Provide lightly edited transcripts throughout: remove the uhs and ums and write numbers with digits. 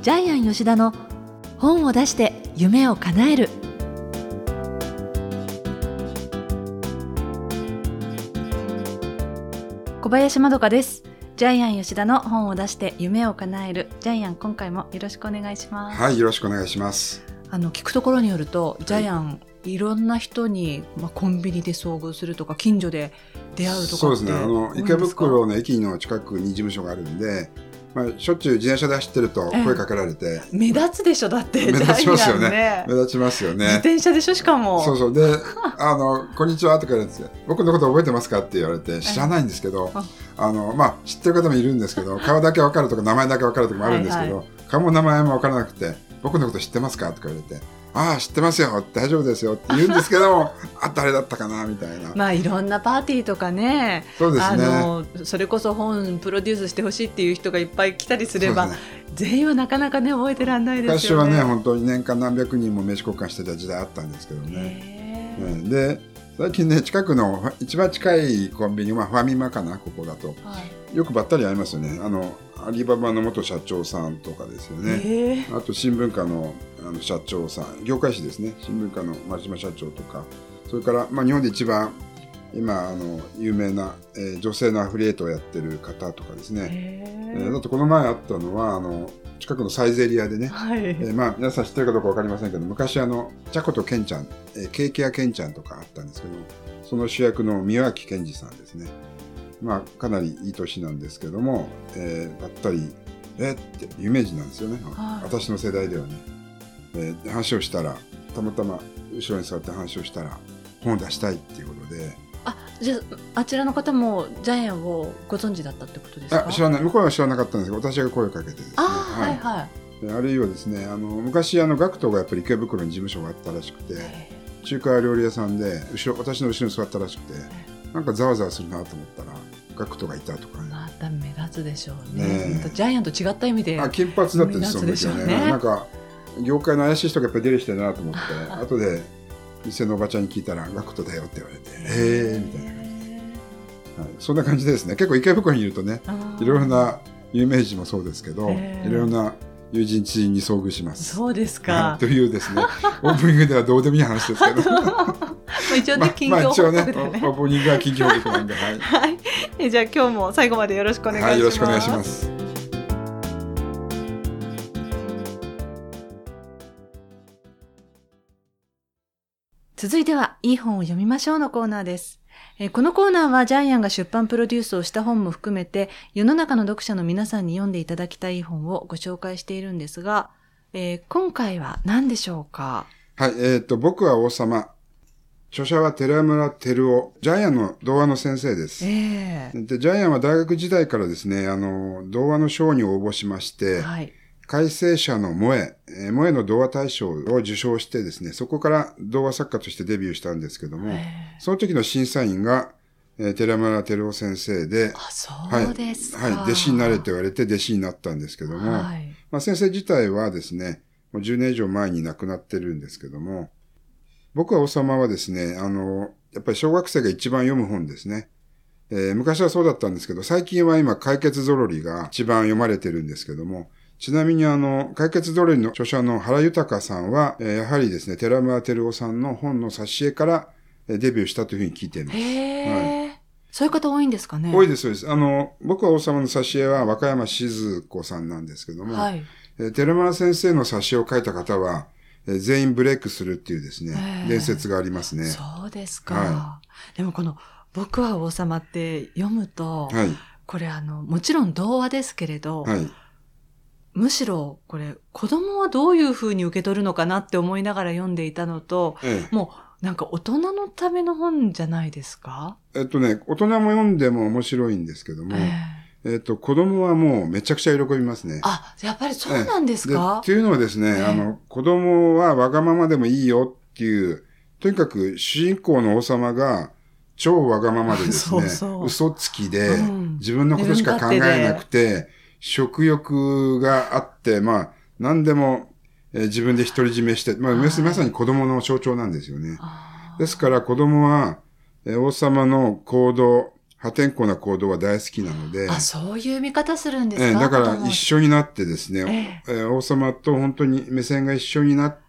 ジャイアン吉田の本を出して夢を叶える。小林まどかです。ジャイアン吉田の本を出して夢を叶える。ジャイアン、今回もよろしくお願いします。 はい、よろしくお願いします。 聞くところによると、ジャイアン、いろんな人に、コンビニで遭遇するとか近所で出会うとかって。 そうですね。池袋の駅の近くに事務所があるんで、しょっちゅう自転車で走ってると声かけられて、 目立つでしょ。だって目立ちますよね。 目立ちますよね。 自転車でしょ、しかも。 そうでこんにちはとか言われて、僕のこと覚えてますかって言われて、知らないんですけど、知ってる方もいるんですけど、顔だけ分かるとか名前だけ分かるとかもあるんですけど、顔も名前も分からなくて、僕のこと知ってますかとか言われて、ああ知ってますよ、大丈夫ですよって言うんですけど誰だったかなみたいな。 いろんなパーティーとかね。 そうですね。 それこそ本プロデュースしてほしいっていう人がいっぱい来たりすれば、全員はなかなかね覚えてらんないですよね。 昔はね、本当に年間何百人も名刺交換してた時代あったんですけどね。で最近ね、近くの一番近いコンビニはファミマかな、ここだと、よくばったり会いますよね。アリババの元社長さんとかですよね。あと新聞社の社長さん、業界誌ですね、新聞社の丸島社長とか、それから、日本で一番今有名な、女性のアフリエイトをやってる方とかですね。だってこの前あったのは近くのサイゼリアでね、皆さん知ってるかどうか分かりませんけど、昔チャコとケンちゃん、ケーキ屋ケンちゃんとかあったんですけど、その主役の宮脇健二さんですね。かなりいい年なんですけども、ばったりって有名人なんですよね、私の世代ではね。話をしたら、たまたま後ろに座って話をしたら、本を出したいっていうことで。 じゃあ、あちらの方もジャイアンをご存知だったってことですか？ 知らない、向こうは知らなかったんですけど、私が声をかけてですね。あるいはですね、昔GACKTがやっぱり池袋に事務所があったらしくて、中華料理屋さんで私の後ろに座ったらしくて、なんかざわざわするなと思ったらGACKTがいたとかね。また目立つでしょうね。ジャイアンと違った意味で金髪だったんですよね。なんか業界の怪しい人がやっぱり出る人だなと思って後で店のおばちゃんに聞いたらGACKTだよって言われて、みたいな感じで、そんな感じですね。結構池袋にいるとね、いろいろな有名人もそうですけど、いろいろな友人知人に遭遇します。 そうですか。 というですね、オープニングではどうでもいい話ですけど一応ね、近況報告でね。 オープニングは近況報告なんで、 じゃあ今日も最後までよろしくお願いします。 よろしくお願いします。 続いてはいい本を読みましょうのコーナーです。このコーナーはジャイアンが出版プロデュースをした本も含めて、世の中の読者の皆さんに読んでいただきたい本をご紹介しているんですが、今回は何でしょうか？ 僕は王様。著者は寺村照夫。ジャイアンの童話の先生です。でジャイアンは大学時代からですね、童話の賞に応募しまして、改正者の萌えの童話大賞を受賞してですね、そこから童話作家としてデビューしたんですけども、その時の審査員が、寺村照夫先生で、 そうですか。 弟子になれと言われて弟子になったんですけども、先生自体はですね、もう10年以上前に亡くなってるんですけども、僕は王様はですね、やっぱり小学生が一番読む本ですね。昔はそうだったんですけど、最近は今解決ぞろりが一番読まれてるんですけども、ちなみに解決ぞろりの著者の原豊さんは、やはりですね、寺村照夫さんの本の挿絵からデビューしたというふうに聞いています。 そういう方多いんですかね？ 多いです、そうです。僕は王様の挿絵は和歌山静子さんなんですけども、寺村先生の挿絵を描いた方は、全員ブレイクするっていうですね、伝説がありますね。 そうですか。でもこの僕は王様って読むと、これもちろん童話ですけれど、むしろこれ子供はどういうふうに受け取るのかなって思いながら読んでいたのと、もうなんか大人のための本じゃないですか？ 大人も読んでも面白いんですけども、子供はもうめちゃくちゃ喜びますね。 やっぱりそうなんですか？ っていうのはですね、子供はわがままでもいいよっていう、とにかく主人公の王様が超わがままでですね、嘘つきで、自分のことしか考えなくて、食欲があって、何でも、自分で独り占めして、まさに子供の象徴なんですよね。ですから子供は、王様の行動、 破天荒な行動は大好きなので。 そういう見方するんですか？ だから一緒になってですね、王様と本当に目線が一緒になって、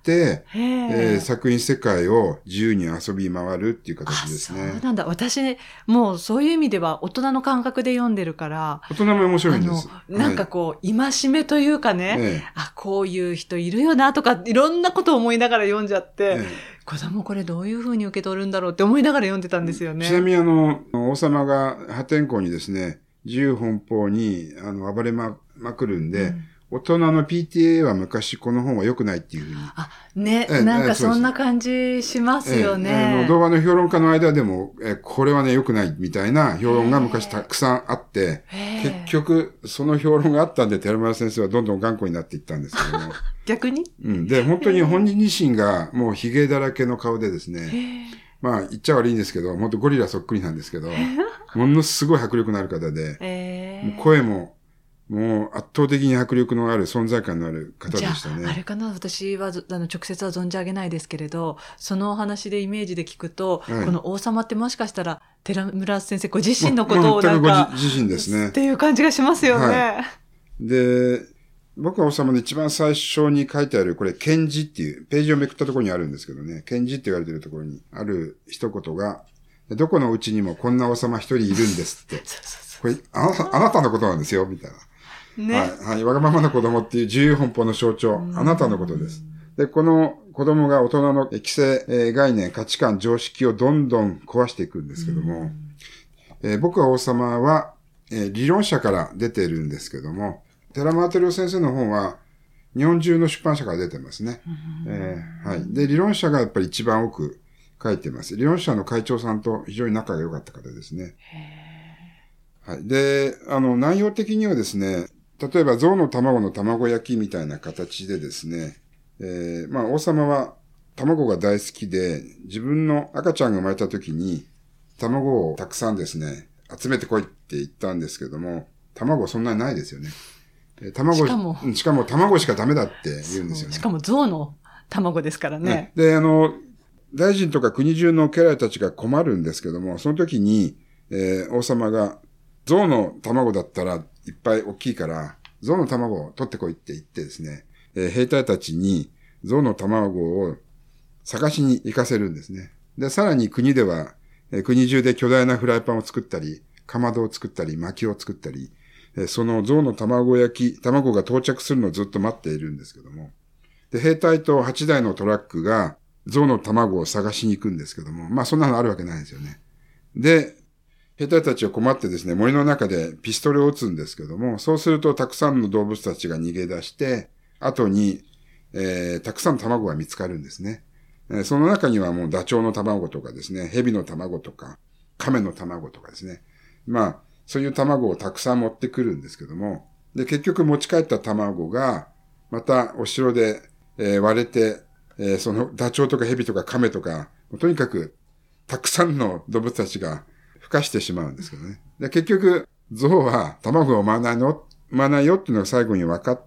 作品世界を自由に遊び回るっていう形ですね。 そうなんだ。私、もうそういう意味では大人の感覚で読んでるから、 大人も面白いんです。 なんかこう、戒めというかね、こういう人いるよなとか、いろんなことを思いながら読んじゃって、子供これどういうふうに受け取るんだろうって思いながら読んでたんですよね。 ちなみに王様が破天荒にですね、自由奔放に暴れまくるんで、大人の PTA は昔この本は良くないっていうふうに。 なんかそんな感じしますよね。 童話の評論家の間でも、これはね良くないみたいな評論が昔たくさんあって、結局その評論があったんで寺村先生はどんどん頑固になっていったんですけども。 逆に？ で、本当に本人自身がもう髭だらけの顔でですね、まあ言っちゃ悪いんですけど、本当ゴリラそっくりなんですけど、ものすごい迫力のある方で、もう声ももう圧倒的に迫力のある存在感のある方でしたね。 じゃあ、あれかな、私は直接は存じ上げないですけれど、そのお話でイメージで聞くと、この王様ってもしかしたら寺村先生ご自身のことをなんか、 全くご自身ですね。 っていう感じがしますよね。 で、僕は王様の一番最初に書いてある、これ、検事っていう、ページをめくったところにあるんですけどね、検事って言われてるところにある一言が、どこのうちにもこんな王様一人いるんですって。これあなたのことなんですよ、みたいな。はい、わがままな子供っていう自由奔放の象徴、あなたのことです。で、この子供が大人の規制、概念、価値観、常識をどんどん壊していくんですけども、僕は王様は、理論者から出てるんですけども、寺間照夫先生の本は日本中の出版社から出てますね。はい。で、理論者がやっぱり一番多く書いてます。理論者の会長さんと非常に仲が良かった方ですね。はい。で、内容的にはですね、例えば象の卵の卵焼きみたいな形でですね、まあ王様は卵が大好きで、自分の赤ちゃんが生まれた時に卵をたくさんですね、集めてこいって言ったんですけども、卵そんなにないですよね。しかも卵しかダメだって言うんですよね。 しかも象の卵ですからね。 で、大臣とか国中の家来たちが困るんですけども、その時に、王様が象の卵だったらいっぱい大きいから、象の卵を取ってこいって言ってですね、兵隊たちに象の卵を探しに行かせるんですね。で、さらに国では、国中で巨大なフライパンを作ったり、かまどを作ったり、薪を作ったり、その象の卵が到着するのをずっと待っているんですけども。で、兵隊と8台のトラックが象の卵を探しに行くんですけども、まあそんなのあるわけないですよね。で、兵隊たちは困ってですね、森の中でピストルを撃つんですけども、そうするとたくさんの動物たちが逃げ出して、後に、たくさんの卵が見つかるんですね。その中にはもうダチョウの卵とかですね、蛇の卵とか、亀の卵とかですね。まあ、そういう卵をたくさん持ってくるんですけども、で、結局持ち帰った卵が、またお城で、割れて、そのダチョウとか蛇とか亀とか、とにかくたくさんの動物たちが孵化してしまうんですけどね。で、結局、象は卵を産まないよっていうのが最後に分かって、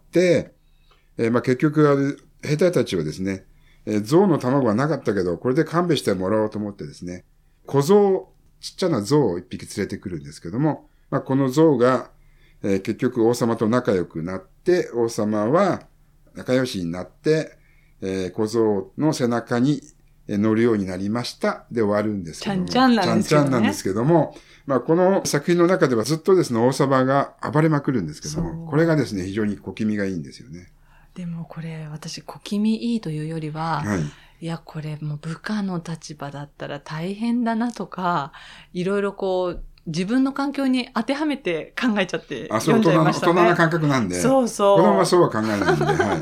まあ結局、兵隊たちはですね、象の卵はなかったけど、これで勘弁してもらおうと思ってですね、小象、ちっちゃな象を一匹連れてくるんですけども、まあこの象が、結局王様と仲良くなって、王様は仲良しになって、小象の背中に乗るようになりました。で終わるんですけども。 ちゃんちゃんなんですけどね。 ちゃんちゃんなんですけども、まあこの作品の中ではずっとですね、王様が暴れまくるんですけども、これがですね、非常に小気味がいいんですよね。 でもこれ、私、小気味いいというよりは、 はい。 いや、これもう部下の立場だったら大変だなとか、いろいろこう、自分の環境に当てはめて考えちゃって読んじゃいましたね。 大人な感覚なんで。 そうそう。 子供はそうは考えないんで、はい。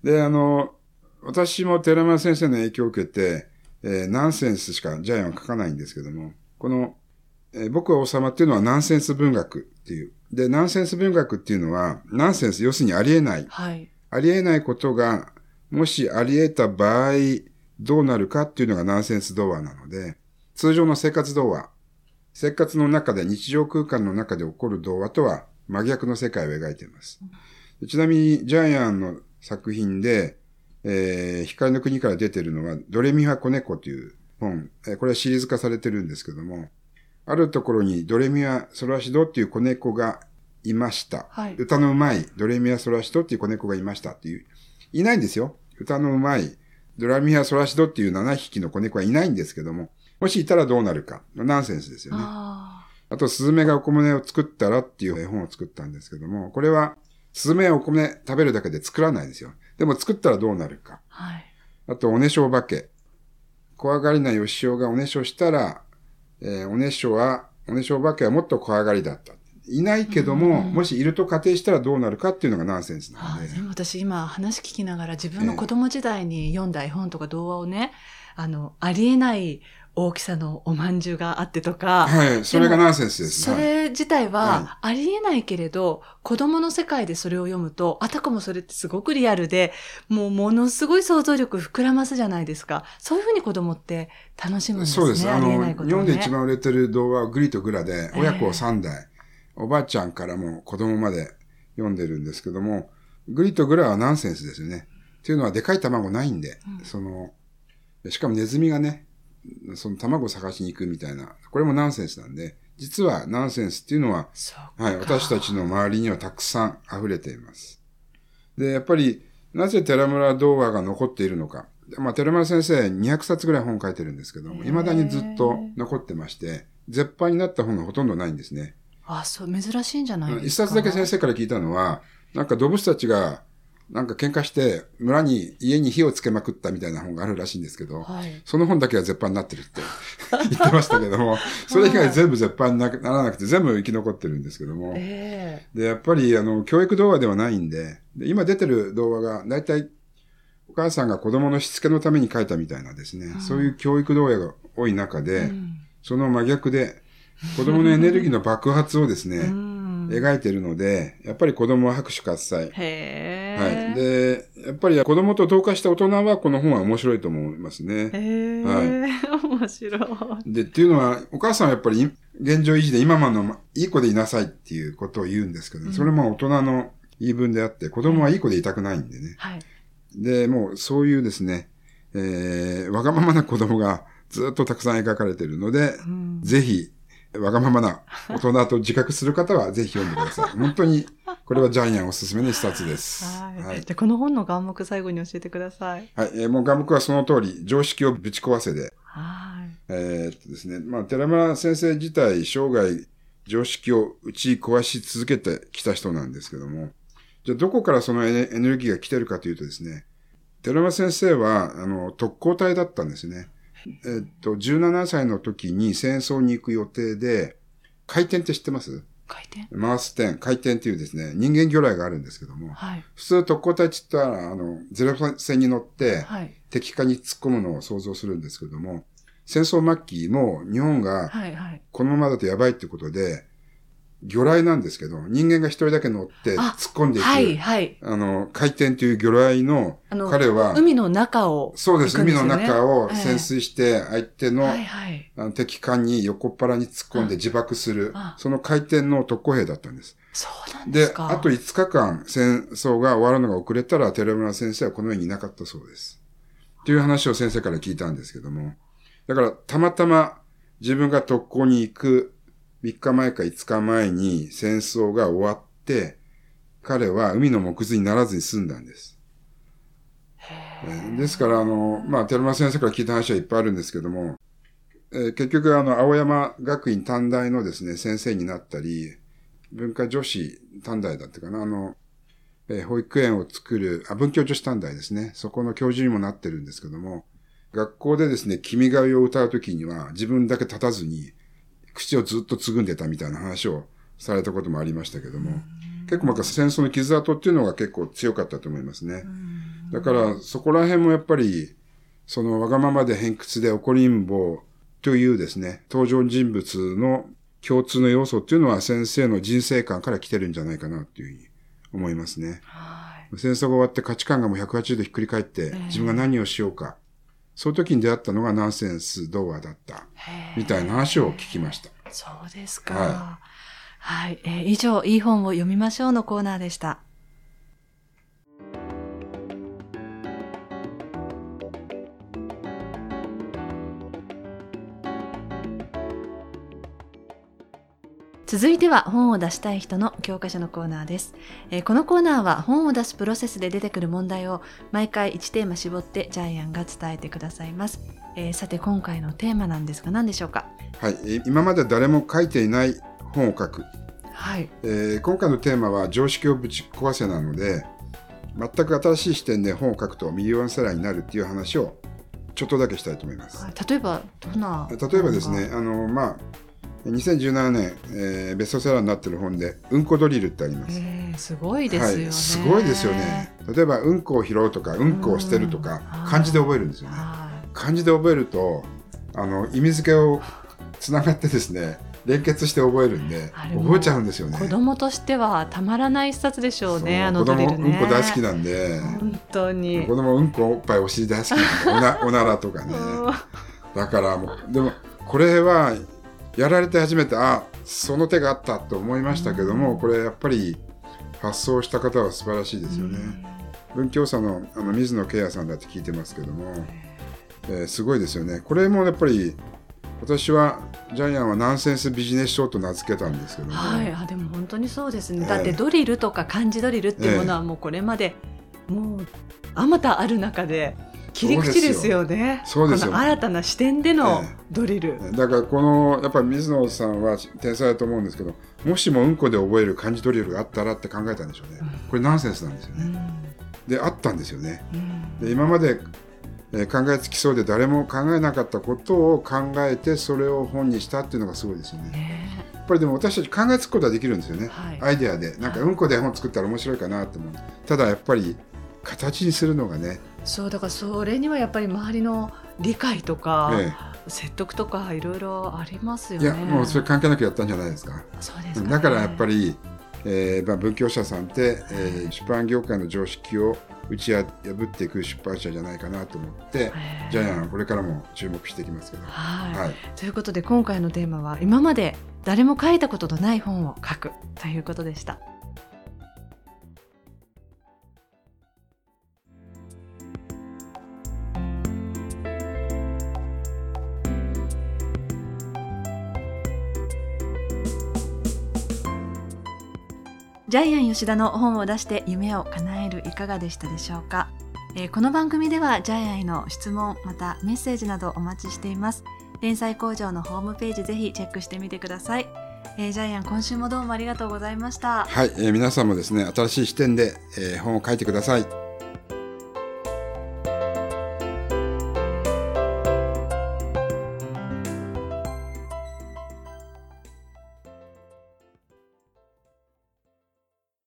で、私も寺村先生の影響を受けて、ナンセンスしかジャイアンは書かないんですけども、この、僕は王様っていうのはナンセンス文学っていう。で、ナンセンス文学っていうのは、ナンセンス、要するにありえない。 はい。 ありえないことが、もしあり得た場合、どうなるかっていうのがナンセンス童話なので、通常の生活童話、生活の中で日常空間の中で起こる童話とは真逆の世界を描いています。ちなみにジャイアンの作品で、光の国から出ているのはドレミファコネコという本、これはシリーズ化されてるんですけども、 あるところにドレミア・ソラシドっていう子猫がいました。 はい、 歌のうまいドレミア・ソラシドっていう子猫がいましたっていう。いないんですよ。歌のうまいドレミア・ソラシドっていう7匹の子猫はいないんですけども、もしいたらどうなるか。ナンセンスですよね。あと、スズメがお米を作ったらっていう絵本を作ったんですけども、これは、スズメはお米食べるだけで作らないですよ。でも作ったらどうなるか。 はい、 あと、おねしょお化け。怖がりなよしおがおねしょしたら、おねしょお化けはもっと怖がりだった。いないけども、もしいると仮定したらどうなるかっていうのがナンセンスなんで。 でも私今話聞きながら自分の子供時代に読んだ絵本とか童話をね、ありえない大きさのお饅頭があってとか。 はい、それがナンセンスです。 それ自体はありえないけれど、子供の世界でそれを読むと、あたかもそれってすごくリアルで、もうものすごい想像力膨らますじゃないですか。そういうふうに子供って楽しむんですね。 そうです。 ありえないことね。 日本で一番売れてる童話はグリとグラで、親子3代、おばあちゃんからも子供まで読んでるんですけども、グリとグラはナンセンスですよね。っていうのはでかい卵ないんで、しかもネズミがね、その卵を探しに行くみたいな、これもナンセンスなんで、実はナンセンスっていうのは、はい、私たちの周りにはたくさん溢れています。で、やっぱり、なぜ寺村童話が残っているのか。まあ、寺村先生200冊ぐらい本書いてるんですけども、未だにずっと残ってまして、絶版になった本がほとんどないんですね。 そう、珍しいんじゃないですか。 一冊だけ先生から聞いたのは、なんか動物たちが、なんか喧嘩して、家に火をつけまくったみたいな本があるらしいんですけど、はい、その本だけは絶版になってるって言ってましたけども、それ以外全部絶版にならなくて全部生き残ってるんですけども、で、やっぱり教育童話ではないんで、今出てる童話がだいたいお母さんが子供のしつけのために書いたみたいなですね、そういう教育童話が多い中で、その真逆で、子供のエネルギーの爆発をですね、描いているので、やっぱり子供は拍手喝采。 へー。はい。で、やっぱり子供と同化した大人はこの本は面白いと思いますね。 はい。面白い。で、っていうのは、お母さんはやっぱり現状維持で今までのいい子でいなさいっていうことを言うんですけど、それも大人の言い分であって、子供はいい子でいたくないんでね。 はい。 で、もうそういうですね、わがままな子供がずっとたくさん描かれているので、ぜひ、わがままな大人と自覚する方はぜひ読んでください。本当に、これはジャイアンおすすめの一冊です。 はい。じゃこの本の眼目最後に教えてください。 はい。もう眼目はその通り、常識をぶち壊せで。 はい。 ですね。まあ、寺村先生自体、生涯、常識を打ち壊し続けてきた人なんですけども、じゃあどこからそのエネルギーが来てるかというとですね、寺村先生は、特攻隊だったんですね。17歳の時に戦争に行く予定で、回転って知ってます？ 回転？ 回す点、回転っていうですね、人間魚雷があるんですけども、はい、普通特攻隊って言ったら、ゼロ戦に乗って、はい、敵化に突っ込むのを想像するんですけども、戦争末期も日本が、このままだとやばいってことで、魚雷なんですけど、人間が一人だけ乗って突っ込んでいく。はいはい。回転という魚雷の、彼は、 海の中を、 そうです、海の中を潜水して、相手の、敵艦に横っ腹に突っ込んで自爆する、その回転の特攻兵だったんです。 そうなんですか。 で、あと5日間戦争が終わるのが遅れたら、寺村先生はこの世にいなかったそうです。っていう話を先生から聞いたんですけども。だから、たまたま自分が特攻に行く、3日前か5日前に戦争が終わって、彼は海の藻くずにならずに済んだんです。ですから、まあ、寺村先生から聞いた話はいっぱいあるんですけども、結局、青山学院短大のですね、先生になったり、文化女子短大だったかな、保育園を作る、文教女子短大ですね、そこの教授にもなってるんですけども、学校でですね、君が代を歌うときには自分だけ立たずに、口をずっとつぐんでたみたいな話をされたこともありましたけども、結構戦争の傷跡っていうのが結構強かったと思いますね。だからそこら辺もやっぱり、そのわがままで偏屈で怒りんぼというですね、登場人物の共通の要素っていうのは先生の人生観から来てるんじゃないかなっていうふうに思いますね。戦争が終わって価値観がもう180度ひっくり返って自分が何をしようか。その時に出会ったのがナンセンス童話だった。みたいな話を聞きました。 そうですか。はい。以上、いい本を読みましょうのコーナーでした。 続いては本を出したい人の教科書のコーナーです。このコーナーは本を出すプロセスで出てくる問題を毎回1テーマ絞ってジャイアンが伝えてくださいます。さて今回のテーマなんですが何でしょうか。 はい、今まで誰も書いていない本を書く。 はい。 今回のテーマは常識をぶち壊せなので、全く新しい視点で本を書くとミリオンセラーになるっていう話をちょっとだけしたいと思います。 はい、例えばどんな。 例えばですね、2017年、ベストセラーになっている本でうんこドリルってあります。 すごいですよね、はい、 すごいですよね。例えばうんこを拾うとかうんこを捨てるとか漢字で覚えるんですよね。漢字で覚えると意味付けをつながってですね、連結して覚えるんで覚えちゃうんですよね。 子供としてはたまらない一冊でしょうね。 子供うんこ大好きなんで、 本当に子供うんこおっぱいお尻大好きなんでおならとかねだからでもこれはやられて初めてその手があったと思いましたけども、これやっぱり発想した方は素晴らしいですよね。文教者の水野慶也さんだって聞いてますけども、すごいですよね。これもやっぱり私はジャイアンはナンセンスビジネス書と名付けたんですけども、 はい、でも本当にそうですね。だってドリルとか漢字ドリルっていうものはもうこれまでもうあまたある中で切り口ですよね。 そうですよ。 この新たな視点でのドリル、 だからやっぱり水野さんは天才だと思うんですけど、もしもうんこで覚える漢字ドリルがあったらって考えたんでしょうね。これナンセンスなんですよね。であったんですよね。で今まで考えつきそうで誰も考えなかったことを考えてそれを本にしたっていうのがすごいですよね。やっぱりでも私たち考えつくことはできるんですよね。アイデアでなんかうんこで本作ったら面白いかなと思う。ただやっぱり形にするのがね。 そうだからそれにはやっぱり周りの理解とか、説得とかいろいろありますよね。 いやもうそれ関係なくやったんじゃないですか。 そうですかね。 だからやっぱり、文教者さんって、出版業界の常識を打ち破っていく出版社じゃないかなと思ってジャイアンはこれからも注目していきますけど、 はい、ということで今回のテーマは今まで誰も書いたことのない本を書くということでした。ジャイアン吉田の本を出して夢を叶えるいかがでしたでしょうか。この番組ではジャイアンへの質問またメッセージなどお待ちしています。連載工場のホームページぜひチェックしてみてください。ジャイアン今週もどうもありがとうございました。 はい、皆さんもですね新しい視点で、本を書いてください。